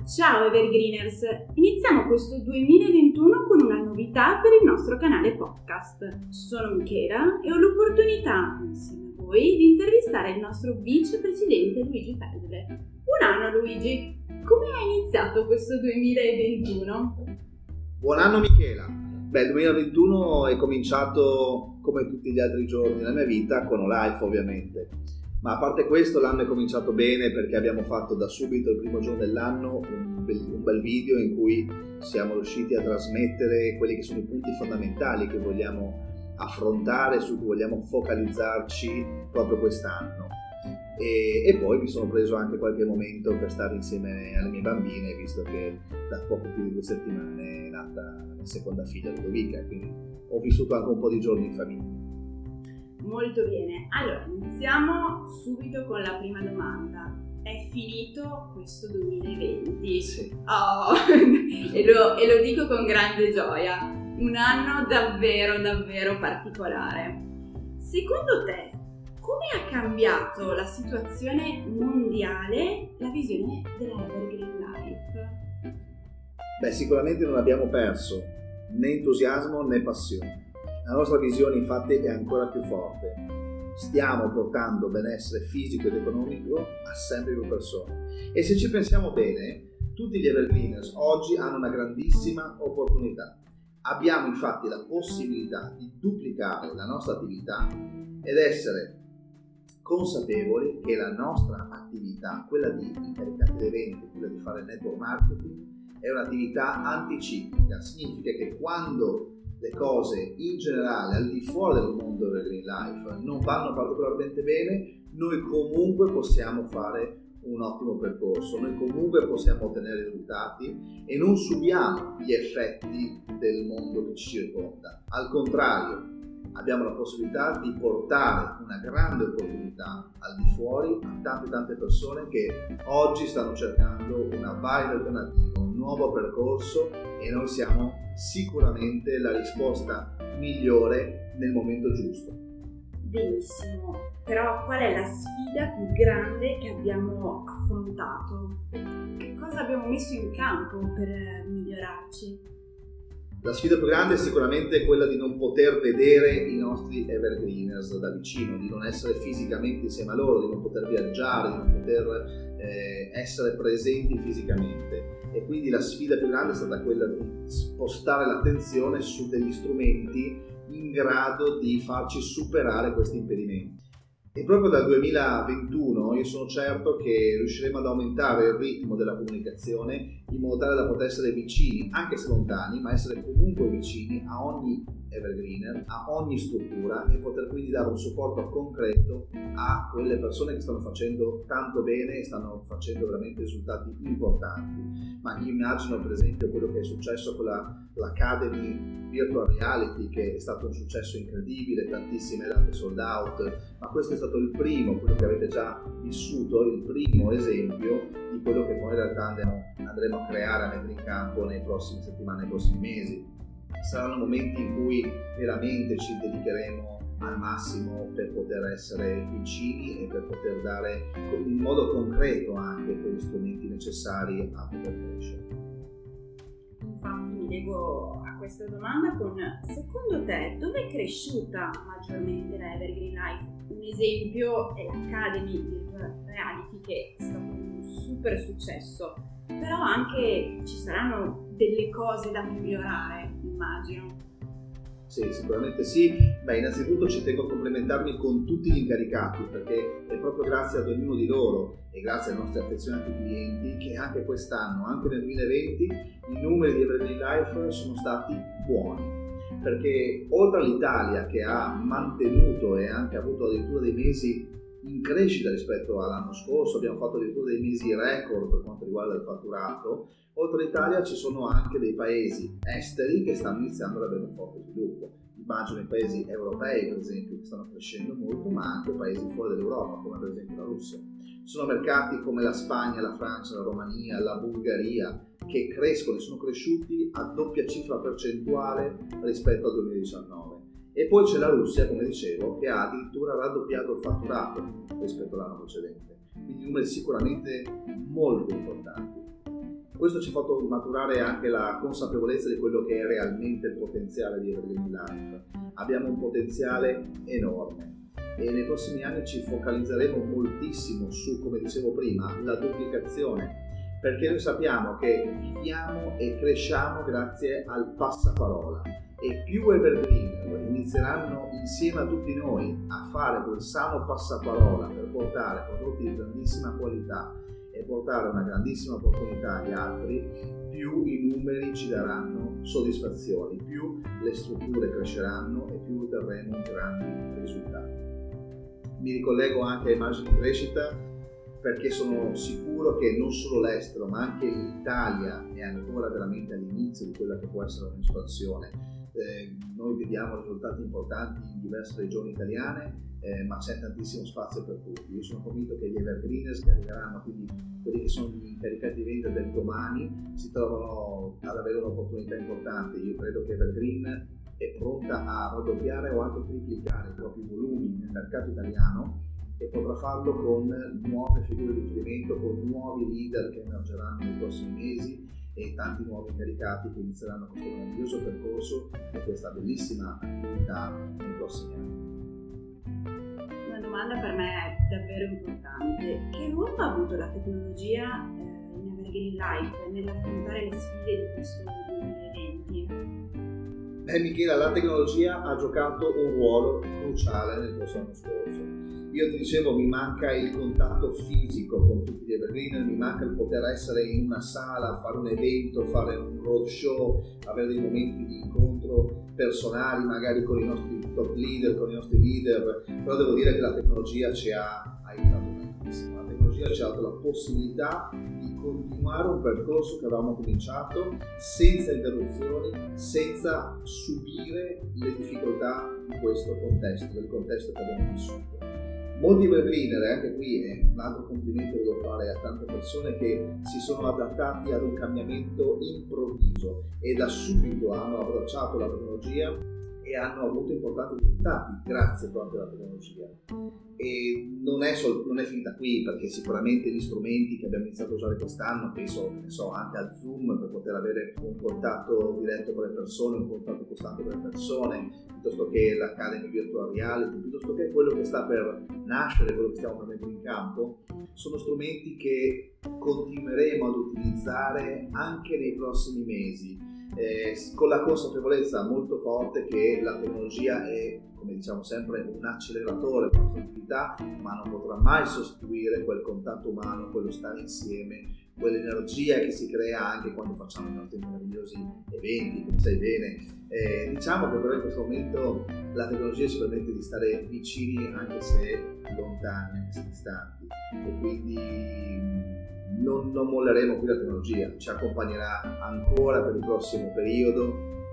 Ciao Evergreeners, iniziamo questo 2021 con una novità per il nostro canale podcast. Sono Michela e ho l'opportunità, insieme a voi, di intervistare il nostro vicepresidente Luigi Pesile. Buon anno Luigi, come hai iniziato questo 2021? Buon anno Michela! Il 2021 è cominciato come tutti gli altri giorni della mia vita con Olife ovviamente. Ma a parte questo l'anno è cominciato bene perché abbiamo fatto da subito il primo giorno dell'anno un bel video in cui siamo riusciti a trasmettere quelli che sono i punti fondamentali che vogliamo affrontare, su cui vogliamo focalizzarci proprio quest'anno. E poi mi sono preso anche qualche momento per stare insieme alle mie bambine, visto che da poco più di 2 settimane è nata la mia seconda figlia Ludovica, quindi ho vissuto anche un po' di giorni in famiglia. Molto bene, allora iniziamo subito con la prima domanda. È finito questo 2020? Sì. Oh, e lo dico con grande gioia, un anno davvero particolare. Secondo te, come ha cambiato la situazione mondiale la visione della Evergreen Life? Sicuramente non abbiamo perso né entusiasmo né passione. La nostra visione infatti è ancora più forte. Stiamo portando benessere fisico ed economico a sempre più persone. E se ci pensiamo bene, tutti gli Evergreeners oggi hanno una grandissima opportunità. Abbiamo infatti la possibilità di duplicare la nostra attività ed essere consapevoli che la nostra attività, quella di incaricati d'eventi, quella di fare network marketing, è un'attività anticiclica. Significa che quando le cose in generale al di fuori del mondo Evergreen Life non vanno particolarmente bene, noi comunque possiamo fare un ottimo percorso, noi comunque possiamo ottenere risultati e non subiamo gli effetti del mondo che ci circonda. Al contrario, abbiamo la possibilità di portare una grande opportunità al di fuori a tante persone che oggi stanno cercando una valida alternativa, un nuovo percorso, e noi siamo sicuramente la risposta migliore nel momento giusto. Benissimo, però qual è la sfida più grande che abbiamo affrontato? Che cosa abbiamo messo in campo per migliorarci? La sfida più grande è sicuramente quella di non poter vedere i nostri Evergreeners da vicino, di non essere fisicamente insieme a loro, di non poter viaggiare, di non poter essere presenti fisicamente. E quindi la sfida più grande è stata quella di spostare l'attenzione su degli strumenti in grado di farci superare questi impedimenti. E proprio dal 2021 io sono certo che riusciremo ad aumentare il ritmo della comunicazione in modo tale da poter essere vicini, anche se lontani, ma essere comunque vicini a ogni Evergreener, a ogni struttura, e poter quindi dare un supporto concreto a quelle persone che stanno facendo tanto bene e stanno facendo veramente risultati importanti. Ma io immagino per esempio quello che è successo con l'Academy Virtual Reality, che è stato un successo incredibile, tantissime date sold out, ma questo è stato il primo, quello che avete già vissuto, il primo esempio di quello che poi in realtà andremo a creare, a mettere in campo nei prossimi settimane, nei prossimi mesi. Saranno momenti in cui veramente ci dedicheremo al massimo per poter essere vicini e per poter dare in modo concreto anche quegli strumenti necessari a poter crescere. Infatti mi leggo a questa domanda con: secondo te dove è cresciuta maggiormente la Evergreen Life? Un esempio è l'Academy Virtual Reality, che è stato un super successo, però anche ci saranno delle cose da migliorare, immagino. Sì, sicuramente sì. Innanzitutto ci tengo a complimentarmi con tutti gli incaricati, perché è proprio grazie ad ognuno di loro e grazie ai nostri affezionati clienti che anche quest'anno, anche nel 2020, i numeri di Evergreen Life sono stati buoni. Perché oltre all'Italia, che ha mantenuto e anche avuto addirittura dei mesi in crescita rispetto all'anno scorso, abbiamo fatto addirittura dei mesi record per quanto riguarda il fatturato, oltre all'Italia ci sono anche dei paesi esteri che stanno iniziando ad avere un forte sviluppo. Immagino i paesi europei, per esempio, che stanno crescendo molto, ma anche paesi fuori dall'Europa, come per esempio la Russia. Ci sono mercati come la Spagna, la Francia, la Romania, la Bulgaria, che crescono e sono cresciuti a doppia cifra percentuale rispetto al 2019. E poi c'è la Russia, come dicevo, che ha addirittura raddoppiato il fatturato rispetto all'anno precedente. Quindi numeri sicuramente molto importanti. Questo ci ha fatto maturare anche la consapevolezza di quello che è realmente il potenziale di Evergreen Life. Abbiamo un potenziale enorme e nei prossimi anni ci focalizzeremo moltissimo su, come dicevo prima, la duplicazione, perché noi sappiamo che viviamo e cresciamo grazie al passaparola, e più Evergreen inizieranno insieme a tutti noi a fare quel sano passaparola per portare prodotti di grandissima qualità e portare una grandissima opportunità agli altri, più i numeri ci daranno soddisfazioni, più le strutture cresceranno e più otterremo grandi risultati. Mi ricollego anche ai margini di crescita, perché sono sicuro che non solo l'estero ma anche l'Italia è ancora veramente all'inizio di quella che può essere un'espansione. Noi vediamo risultati importanti in diverse regioni italiane, ma c'è tantissimo spazio per tutti. Io sono convinto che gli evergreeners che arriveranno, quindi quelli che sono gli incaricati di vendita del domani, si trovano ad avere un'opportunità importante. Io credo che Evergreen è pronta a raddoppiare o anche triplicare i propri volumi nel mercato italiano, e potrà farlo con nuove figure di riferimento, con nuovi leader che emergeranno nei prossimi mesi e tanti nuovi incaricati che inizieranno questo meraviglioso percorso e questa bellissima attività nei prossimi anni. Una domanda per me è davvero importante: che ruolo ha avuto la tecnologia in Evergreen Life nell'affrontare le sfide di questo 2020? Michela, la tecnologia ha giocato un ruolo cruciale nel corso dell'anno scorso. Io ti dicevo, mi manca il contatto fisico con tutti gli evergreener, mi manca il poter essere in una sala, fare un evento, fare un roadshow, avere dei momenti di incontro personali, magari con i nostri top leader, con i nostri leader, però devo dire che la tecnologia ci ha aiutato tantissimo. La tecnologia ci ha dato la possibilità di continuare un percorso che avevamo cominciato senza interruzioni, senza subire le difficoltà di questo contesto, del contesto che abbiamo vissuto. Molti evergreener, anche qui è un altro complimento che devo fare a tante persone che si sono adattati ad un cambiamento improvviso e da subito hanno abbracciato la tecnologia e hanno avuto importanti risultati grazie proprio alla tecnologia. E non è finita qui, perché sicuramente gli strumenti che abbiamo iniziato a usare quest'anno, penso anche al Zoom per poter avere un contatto diretto con le persone, un contatto costante con le persone, piuttosto che l'Academy Virtual Reality, piuttosto che quello che sta per nascere, quello che stiamo mettendo in campo, sono strumenti che continueremo ad utilizzare anche nei prossimi mesi, con la consapevolezza molto forte che la tecnologia è, come diciamo sempre, un acceleratore per la nostra attività, ma non potrà mai sostituire quel contatto umano, quello stare insieme, quell'energia che si crea anche quando facciamo i nostri meravigliosi eventi, come sai bene. Diciamo che però in questo momento la tecnologia ci permette di stare vicini anche se lontani, anche se distanti, e quindi non molleremo qui la tecnologia, ci accompagnerà ancora per il prossimo periodo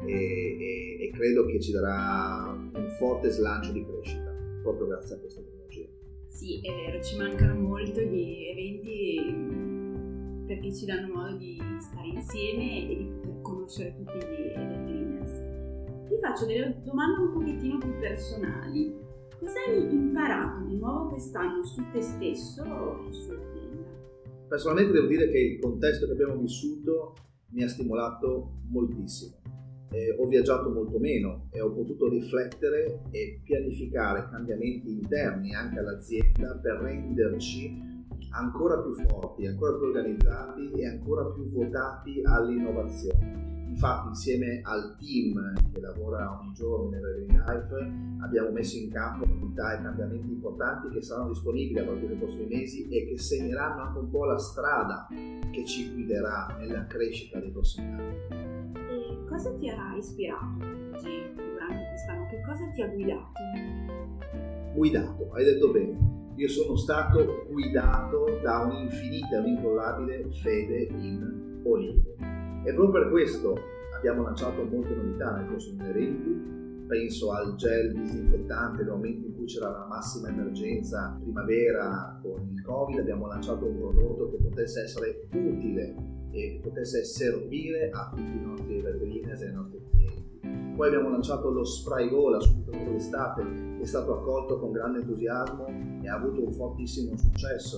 e credo che ci darà un forte slancio di crescita proprio grazie a questa tecnologia. Sì, è vero, ci mancano molto gli eventi perché ci danno modo di stare insieme e di poter conoscere tutti gli evergreeners. Ti faccio delle domande un pochettino più personali. Cosa hai imparato di nuovo quest'anno su te stesso e sull'azienda? Personalmente devo dire che il contesto che abbiamo vissuto mi ha stimolato moltissimo. Ho viaggiato molto meno e ho potuto riflettere e pianificare cambiamenti interni anche all'azienda per renderci ancora più forti, ancora più organizzati e ancora più votati all'innovazione. Infatti, insieme al team che lavora ogni giorno in Evergreen Life, abbiamo messo in campo novità e cambiamenti importanti che saranno disponibili a partire dai prossimi mesi e che segneranno anche un po' la strada che ci guiderà nella crescita dei prossimi anni. E cosa ti ha ispirato oggi durante quest'anno? Che cosa ti ha guidato? Guidato, hai detto bene. Io sono stato guidato da un'infinita e un'incollabile fede in Olivo. E proprio per questo abbiamo lanciato molte novità nel corso del 2020. Penso al gel disinfettante, nel momento in cui c'era la massima emergenza primavera con il Covid, abbiamo lanciato un prodotto che potesse essere utile e potesse servire a tutti i nostri evergreeners e ai nostri clienti. Poi abbiamo lanciato lo spray gola subito dopo l'estate, che è stato accolto con grande entusiasmo e ha avuto un fortissimo successo.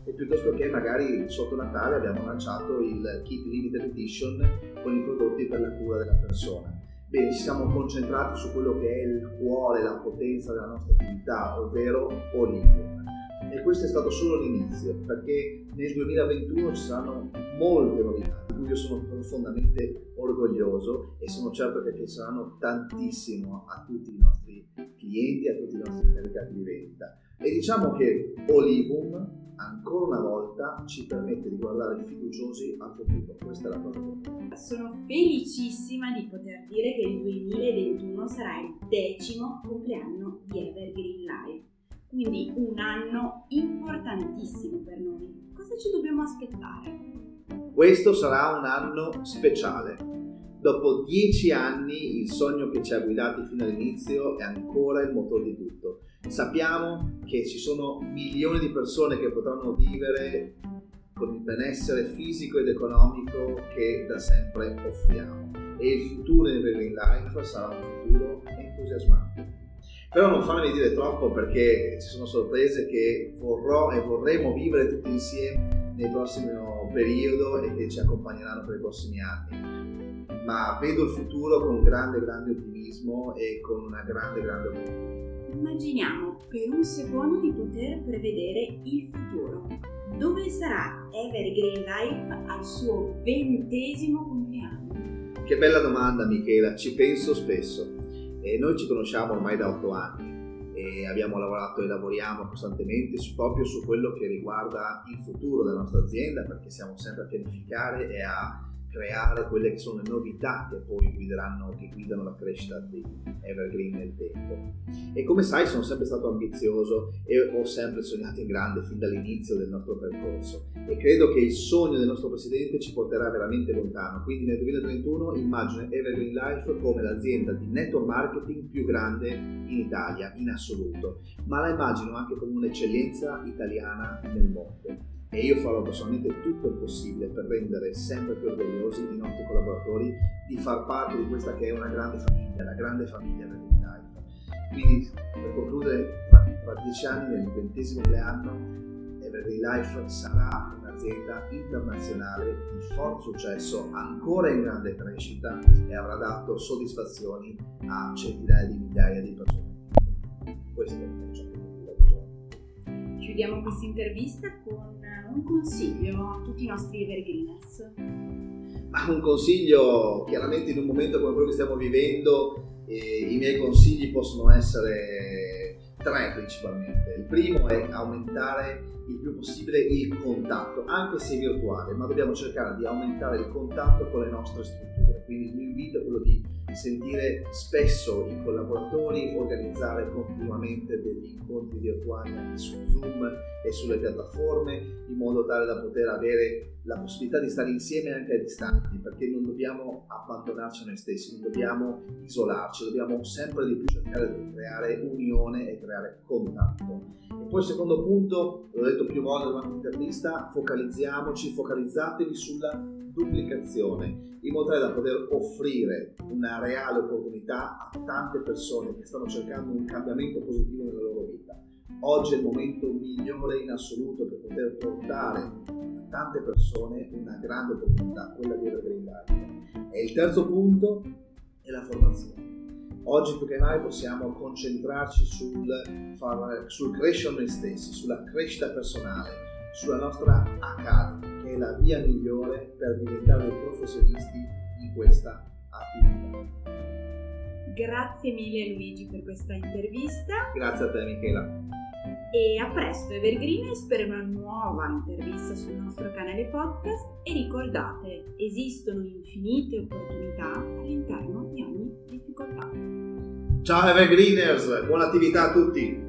e piuttosto che magari sotto Natale abbiamo lanciato il kit limited edition con i prodotti per la cura della persona. Bene, ci siamo concentrati su quello che è il cuore, la potenza della nostra attività, ovvero Olivum. E questo è stato solo l'inizio, perché nel 2021 ci saranno molte novità di cui io sono profondamente orgoglioso e sono certo che piaceranno tantissimo a tutti i nostri clienti, a tutti i nostri incarichi di vendita. E diciamo che Olivum ancora una volta ci permette di guardare fiduciosi al futuro. Questa è la cosa buona. Sono felicissima di poter dire che il 2021 sarà il 10° compleanno di Evergreen Life, quindi un anno importantissimo per noi. Cosa ci dobbiamo aspettare? Questo sarà un anno speciale. Dopo 10 anni il sogno che ci ha guidati fino all'inizio è ancora il motore di tutto. Sappiamo che ci sono milioni di persone che potranno vivere con il benessere fisico ed economico che da sempre offriamo, e il futuro di Evergreen Life sarà un futuro entusiasmante. Però non farmi dire troppo, perché ci sono sorprese che vorrò e vorremmo vivere tutti insieme nel prossimo periodo e che ci accompagneranno per i prossimi anni. Ma vedo il futuro con grande ottimismo e con una grande opportunità. Immaginiamo per un secondo di poter prevedere il futuro. Dove sarà Evergreen Life al suo 20° compleanno? Che bella domanda, Michela, ci penso spesso. Noi ci conosciamo ormai da 8 anni e abbiamo lavorato e lavoriamo costantemente proprio su quello che riguarda il futuro della nostra azienda, perché siamo sempre a pianificare e a creare quelle che sono le novità che poi guidano la crescita di Evergreen nel tempo. E come sai, sono sempre stato ambizioso e ho sempre sognato in grande fin dall'inizio del nostro percorso, e credo che il sogno del nostro presidente ci porterà veramente lontano. Quindi nel 2031 immagino Evergreen Life come l'azienda di network marketing più grande in Italia in assoluto, ma la immagino anche come un'eccellenza italiana nel mondo. E io farò personalmente tutto il possibile per rendere sempre più orgogliosi i nostri collaboratori di far parte di questa che è una grande famiglia, la grande famiglia Evergreen Life. Quindi, per concludere, tra 10 anni, nel 20° compleanno, Evergreen Life sarà un'azienda internazionale di forte successo, ancora in grande crescita, e avrà dato soddisfazioni a centinaia di migliaia di persone. Questo è il ciò che Chiudiamo questa intervista con un consiglio a tutti i nostri Evergreeners. Ma un consiglio, chiaramente in un momento come quello che stiamo vivendo, i miei consigli possono essere 3 principalmente. Il primo è aumentare il più possibile il contatto, anche se virtuale, ma dobbiamo cercare di aumentare il contatto con le nostre strutture. Quindi il mio invito è quello di sentire spesso i collaboratori, organizzare continuamente degli incontri virtuali anche su Zoom e sulle piattaforme, in modo tale da poter avere la possibilità di stare insieme anche a distanza, perché non dobbiamo abbandonarci a noi stessi, non dobbiamo isolarci, dobbiamo sempre di più cercare di creare unione e creare contatto. E poi il secondo punto, l'ho detto più volte durante l'intervista, focalizzatevi sulla duplicazione, in modo tale da poter offrire una reale opportunità a tante persone che stanno cercando un cambiamento positivo nella loro vita. Oggi è il momento migliore in assoluto per poter portare a tante persone una grande opportunità, quella di Evergreen Life. E il terzo punto è la formazione. Oggi più che mai possiamo concentrarci sul crescere noi stessi, sulla crescita personale, sulla nostra Academy, che è la via migliore per diventare dei professionisti in questa attività. Grazie mille Luigi per questa intervista. Grazie a te Michela. E a presto Evergreeners per una nuova intervista sul nostro canale podcast, e ricordate, esistono infinite opportunità all'interno di ogni difficoltà. Ciao Evergreeners, buona attività a tutti!